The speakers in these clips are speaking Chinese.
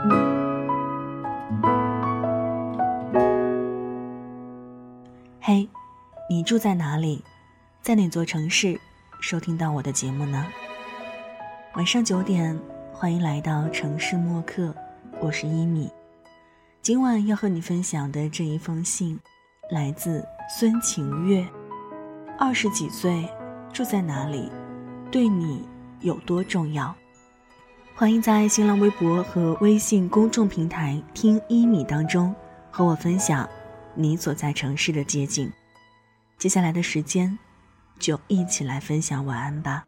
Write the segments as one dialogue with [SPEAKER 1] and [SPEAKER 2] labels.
[SPEAKER 1] 嘿，你住在哪里？在哪座城市收听到我的节目呢？晚上9点，欢迎来到城市默客，我是一米。今晚要和你分享的这一封信来自孙晴月。20几岁，住在哪里，对你有多重要？欢迎在新浪微博和微信公众平台听一米当中和我分享你所在城市的街景。接下来的时间就一起来分享晚安吧。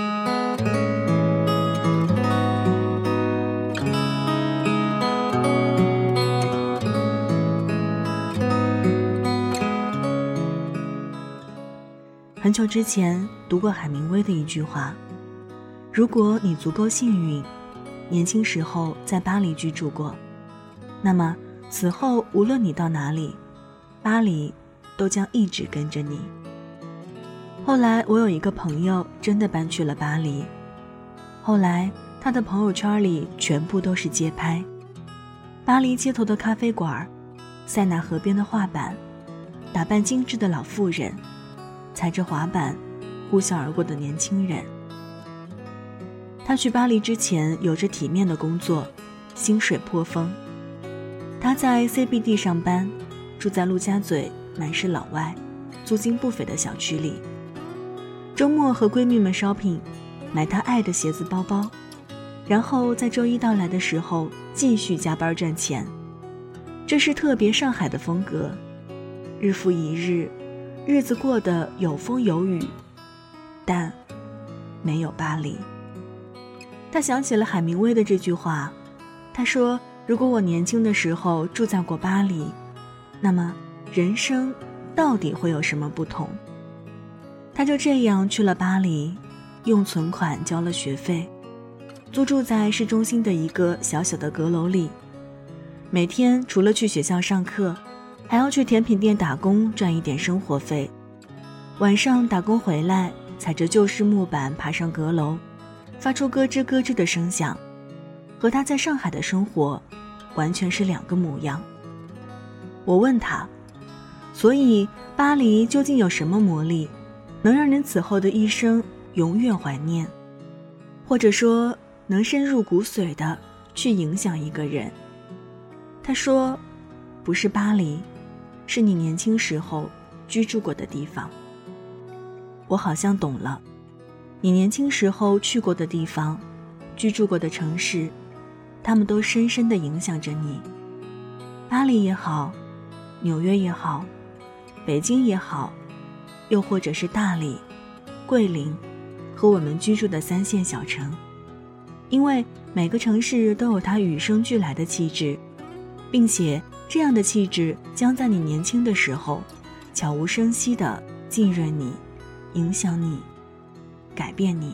[SPEAKER 1] 很久之前读过海明威的一句话，如果你足够幸运，年轻时候在巴黎居住过，那么此后无论你到哪里，巴黎都将一直跟着你。后来我有一个朋友真的搬去了巴黎，后来他的朋友圈里全部都是街拍，巴黎街头的咖啡馆，塞纳河边的画板，打扮精致的老妇人，踩着滑板呼啸而过的年轻人。他去巴黎之前有着体面的工作，薪水颇丰。他在 CBD 上班，住在陆家嘴满是老外，租金不菲的小区里。周末和闺蜜们 shopping， 买她爱的鞋子包包，然后在周一到来的时候继续加班赚钱。这是特别上海的风格，日复一日，日子过得有风有雨，但没有巴黎。他想起了海明威的这句话，他说，如果我年轻的时候住在过巴黎，那么人生到底会有什么不同？他就这样去了巴黎，用存款交了学费，租住在市中心的一个小小的阁楼里，每天除了去学校上课，还要去甜品店打工赚一点生活费。晚上打工回来，踩着旧式木板爬上阁楼，发出咯吱咯吱的声响，和他在上海的生活完全是两个模样。我问他，所以巴黎究竟有什么魔力，能让人此后的一生永远怀念，或者说能深入骨髓的去影响一个人？他说，不是巴黎，是你年轻时候居住过的地方。我好像懂了，你年轻时候去过的地方，居住过的城市，他们都深深地影响着你。巴黎也好，纽约也好，北京也好，又或者是大理、桂林和我们居住的3线小城，因为每个城市都有它与生俱来的气质，并且这样的气质将在你年轻的时候悄无声息地浸润你，影响你，改变你。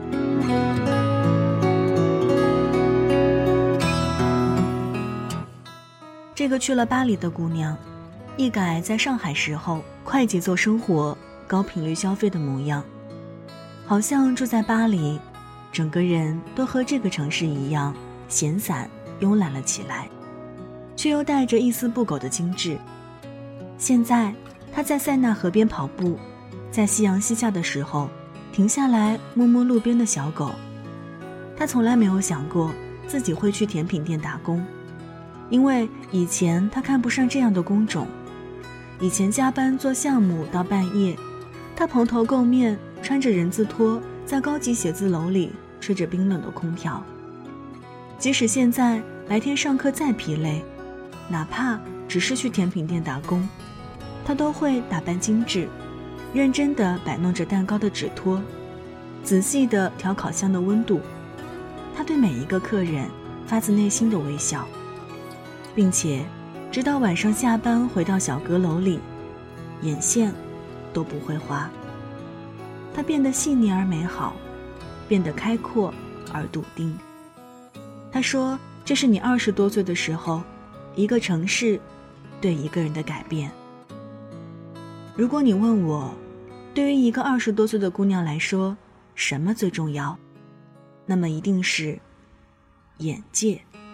[SPEAKER 1] 这个去了巴黎的姑娘，一改在上海时候快节奏生活、高频率消费的模样，好像住在巴黎，整个人都和这个城市一样闲散慵懒了起来，却又带着一丝不苟的精致。现在她在塞纳河边跑步，在夕阳西下的时候停下来摸摸路边的小狗。她从来没有想过自己会去甜品店打工，因为以前她看不上这样的工种。以前加班做项目到半夜，她蓬头垢面，穿着人字拖，在高级写字楼里吹着冰冷的空调。即使现在白天上课再疲累，哪怕只是去甜品店打工，她都会打扮精致，认真地摆弄着蛋糕的纸托，仔细地调烤箱的温度。她对每一个客人发自内心的微笑，并且直到晚上下班回到小阁楼里，眼线都不会花。她变得细腻而美好，变得开阔而笃定。她说，这是你20多岁的时候，一个城市对一个人的改变。如果你问我，对于一个20多岁的姑娘来说，什么最重要？那么一定是眼界。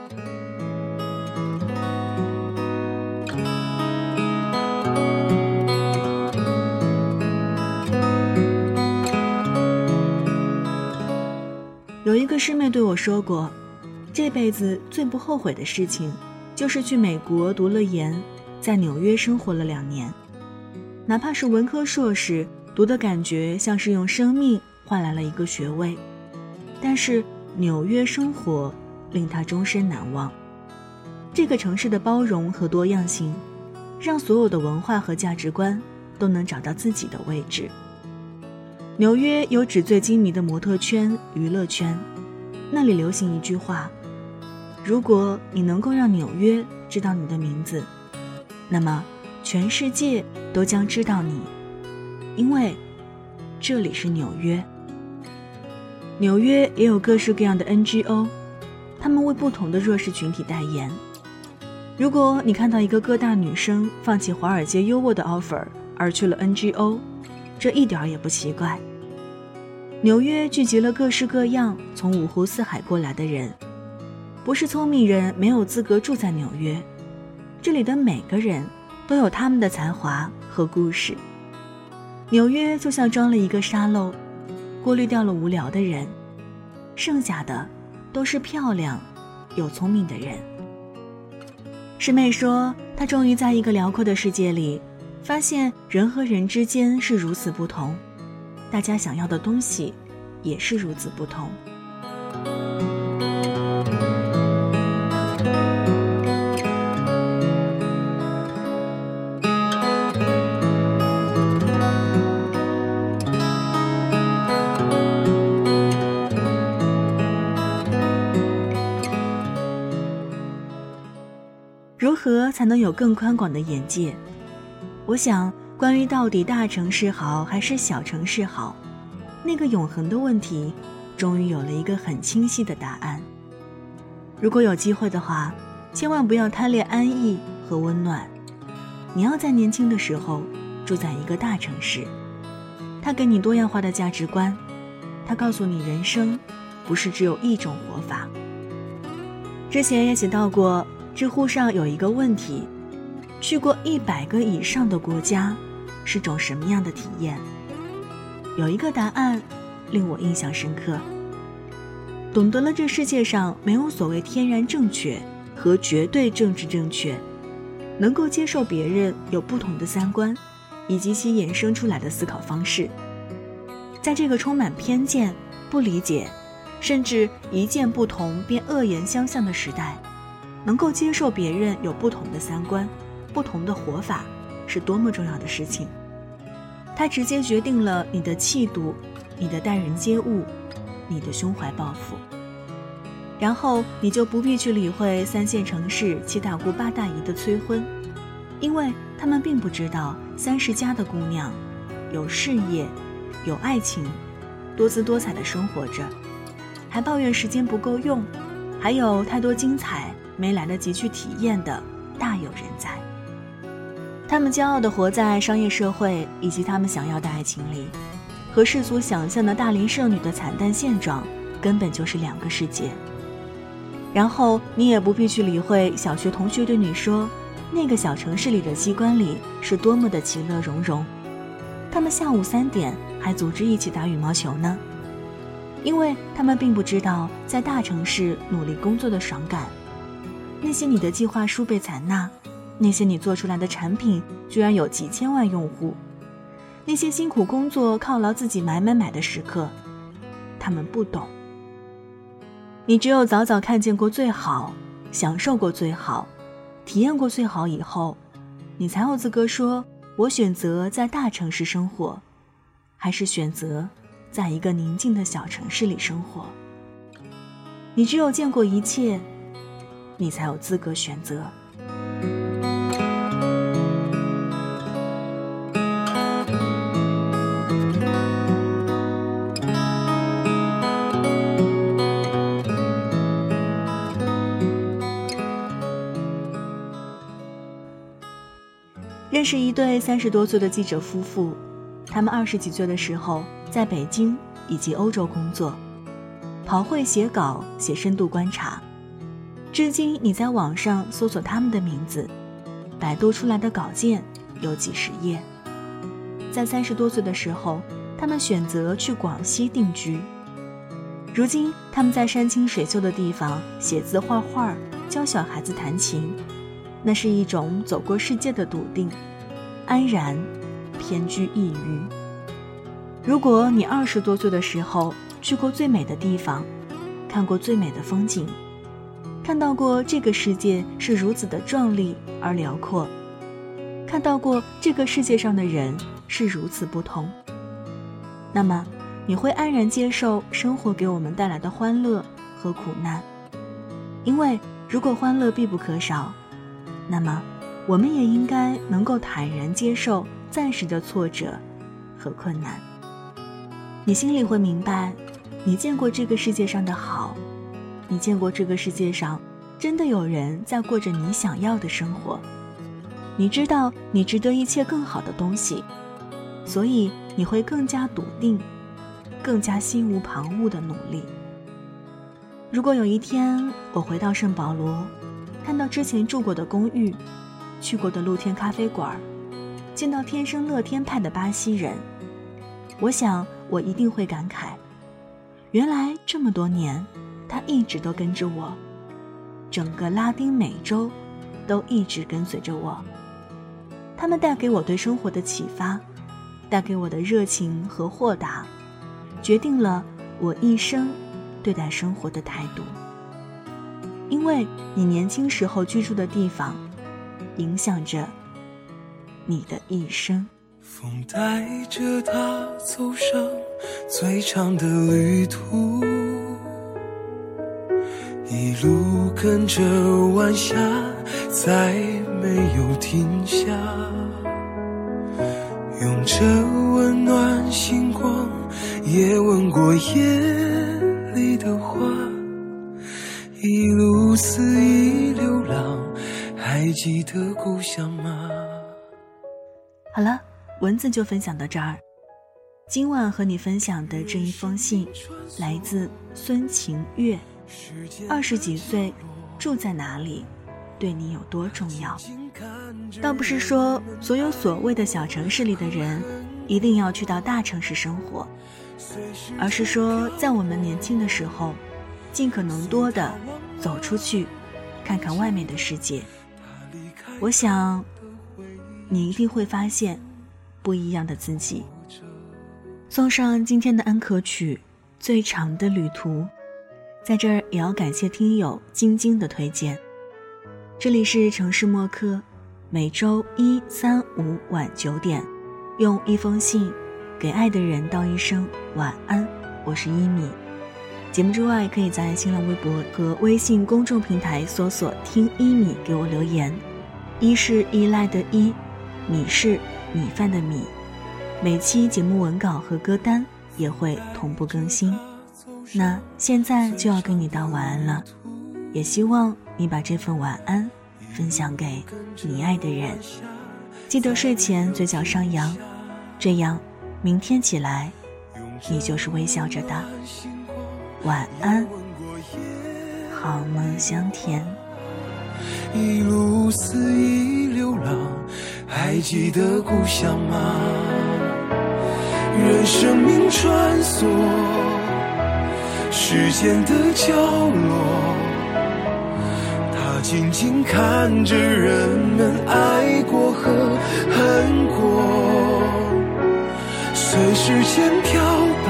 [SPEAKER 1] 有一个师妹对我说过，这辈子最不后悔的事情就是去美国读了研，在纽约生活了2年。哪怕是文科硕士，读的感觉像是用生命换来了一个学位，但是纽约生活令她终身难忘。这个城市的包容和多样性，让所有的文化和价值观都能找到自己的位置。纽约有纸醉金迷的模特圈、娱乐圈，那里流行一句话：如果你能够让纽约知道你的名字，那么全世界都将知道你，因为这里是纽约。纽约也有各式各样的 NGO， 他们为不同的弱势群体代言。如果你看到一个哥大女生放弃华尔街优渥的 offer 而去了 NGO， 这一点也不奇怪。纽约聚集了各式各样从五湖四海过来的人，不是聪明人没有资格住在纽约，这里的每个人都有他们的才华和故事。纽约就像装了一个沙漏，过滤掉了无聊的人，剩下的都是漂亮又聪明的人。师妹说，她终于在一个辽阔的世界里发现人和人之间是如此不同，大家想要的东西也是如此不同。如何才能有更宽广的眼界？我想，关于到底大城市好还是小城市好，那个永恒的问题，终于有了一个很清晰的答案。如果有机会的话，千万不要贪恋安逸和温暖。你要在年轻的时候住在一个大城市，它给你多样化的价值观，它告诉你人生不是只有一种活法。之前也写到过，知乎上有一个问题，去过100个以上的国家是种什么样的体验？有一个答案令我印象深刻，懂得了这世界上没有所谓天然正确和绝对政治正确，能够接受别人有不同的三观以及其衍生出来的思考方式。在这个充满偏见、不理解，甚至一见不同便恶言相向的时代，能够接受别人有不同的三观、不同的活法，是多么重要的事情。它直接决定了你的气度、你的待人接物、你的胸怀抱负。然后你就不必去理会3线城市7大姑8大姨的催婚，因为他们并不知道30加的姑娘有事业、有爱情，多姿多彩的生活着，还抱怨时间不够用，还有太多精彩没来得及去体验的大有人在。他们骄傲地活在商业社会以及他们想要的爱情里，和世俗想象的大龄剩女的惨淡现状根本就是2个世界。然后你也不必去理会小学同学对你说，那个小城市里的机关里是多么的其乐融融，他们下午3点还组织一起打羽毛球呢，因为他们并不知道在大城市努力工作的爽感。那些你的计划书被采纳，那些你做出来的产品居然有几千万用户，那些辛苦工作犒劳自己买的时刻，他们不懂。你只有早早看见过最好，享受过最好，体验过最好以后，你才有资格说，我选择在大城市生活，还是选择在一个宁静的小城市里生活。你只有见过一切，你才有资格选择。认识一对30多岁的记者夫妇，他们20几岁的时候在北京以及欧洲工作，跑会写稿、写深度观察。 至今你在网上搜索他们的名字，百度出来的稿件有几十页。在30多岁的时候，他们选择去广西定居。如今他们在山清水秀的地方写字画画，教小孩子弹琴，那是一种走过世界的笃定，安然偏居一隅。如果你20多岁的时候去过最美的地方，看过最美的风景，看到过这个世界是如此的壮丽而辽阔，看到过这个世界上的人是如此不同，那么你会安然接受生活给我们带来的欢乐和苦难。因为如果欢乐必不可少，那么我们也应该能够坦然接受暂时的挫折和困难。你心里会明白，你见过这个世界上的好，你见过这个世界上真的有人在过着你想要的生活，你知道你值得一切更好的东西，所以你会更加笃定，更加心无旁骛的努力。如果有一天我回到圣保罗，看到之前住过的公寓，去过的露天咖啡馆，见到天生乐天派的巴西人，我想我一定会感慨，原来这么多年他一直都跟着我，整个拉丁美洲都一直跟随着我。他们带给我对生活的启发，带给我的热情和豁达，决定了我一生对待生活的态度。因为你年轻时候居住的地方，影响着你的一生。
[SPEAKER 2] 风带着他走上最长的旅途，一路跟着晚霞，再没有停下，用着温暖星光，也吻过夜里的花，一路肆意流浪，还记得故乡吗？
[SPEAKER 1] 好了，文字就分享到这儿。今晚和你分享的这一封信来自孙晴月，20几岁，住在哪里，对你有多重要？倒不是说所有所谓的小城市里的人一定要去到大城市生活，而是说在我们年轻的时候，尽可能多的走出去，看看外面的世界。我想你一定会发现不一样的自己。送上今天的安可曲《最长的旅途》，在这儿也要感谢听友晶晶的推荐。这里是城市默客，每周1、3、5晚9点，用一封信给爱的人道一声晚安。我是一米。节目之外，可以在新浪微博和微信公众平台搜索听一米给我留言。一是依赖的依，米是米饭的米。每期节目文稿和歌单也会同步更新。那现在就要跟你道晚安了，也希望你把这份晚安分享给你爱的人。记得睡前嘴角上扬，这样明天起来你就是微笑着的。晚安，好梦香甜。
[SPEAKER 2] 一路肆意流浪，还记得故乡吗？任生命穿梭时间的角落，他静静看着人们爱过和恨过，随时间漂泊，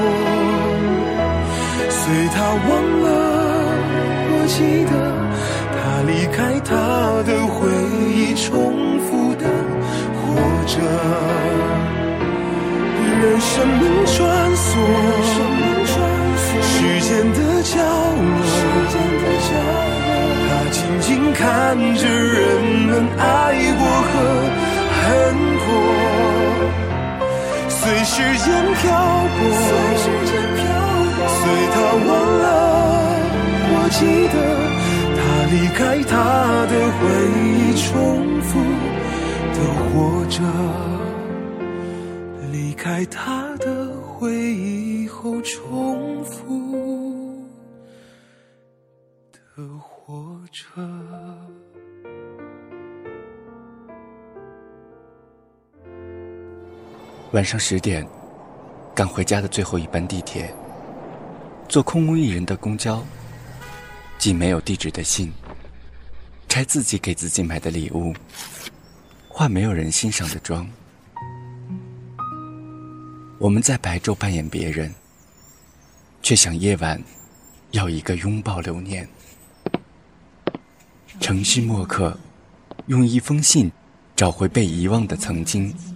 [SPEAKER 2] 随他忘了，我记得他离开，他的回忆重复的活着。任生命穿梭时间的角落，他静静看着人们爱过和恨过，随时间漂泊，随他忘了，我记得他离开，他的回忆重复的活着，离开他的回忆后重复的的活着。
[SPEAKER 3] 晚上10点，赶回家的最后一班地铁，坐空无一人的公交，寄没有地址的信，拆自己给自己买的礼物，化没有人欣赏的妆。我们在白昼扮演别人，却想夜晚要一个拥抱留念。城市墨客用一封信找回被遗忘的曾经。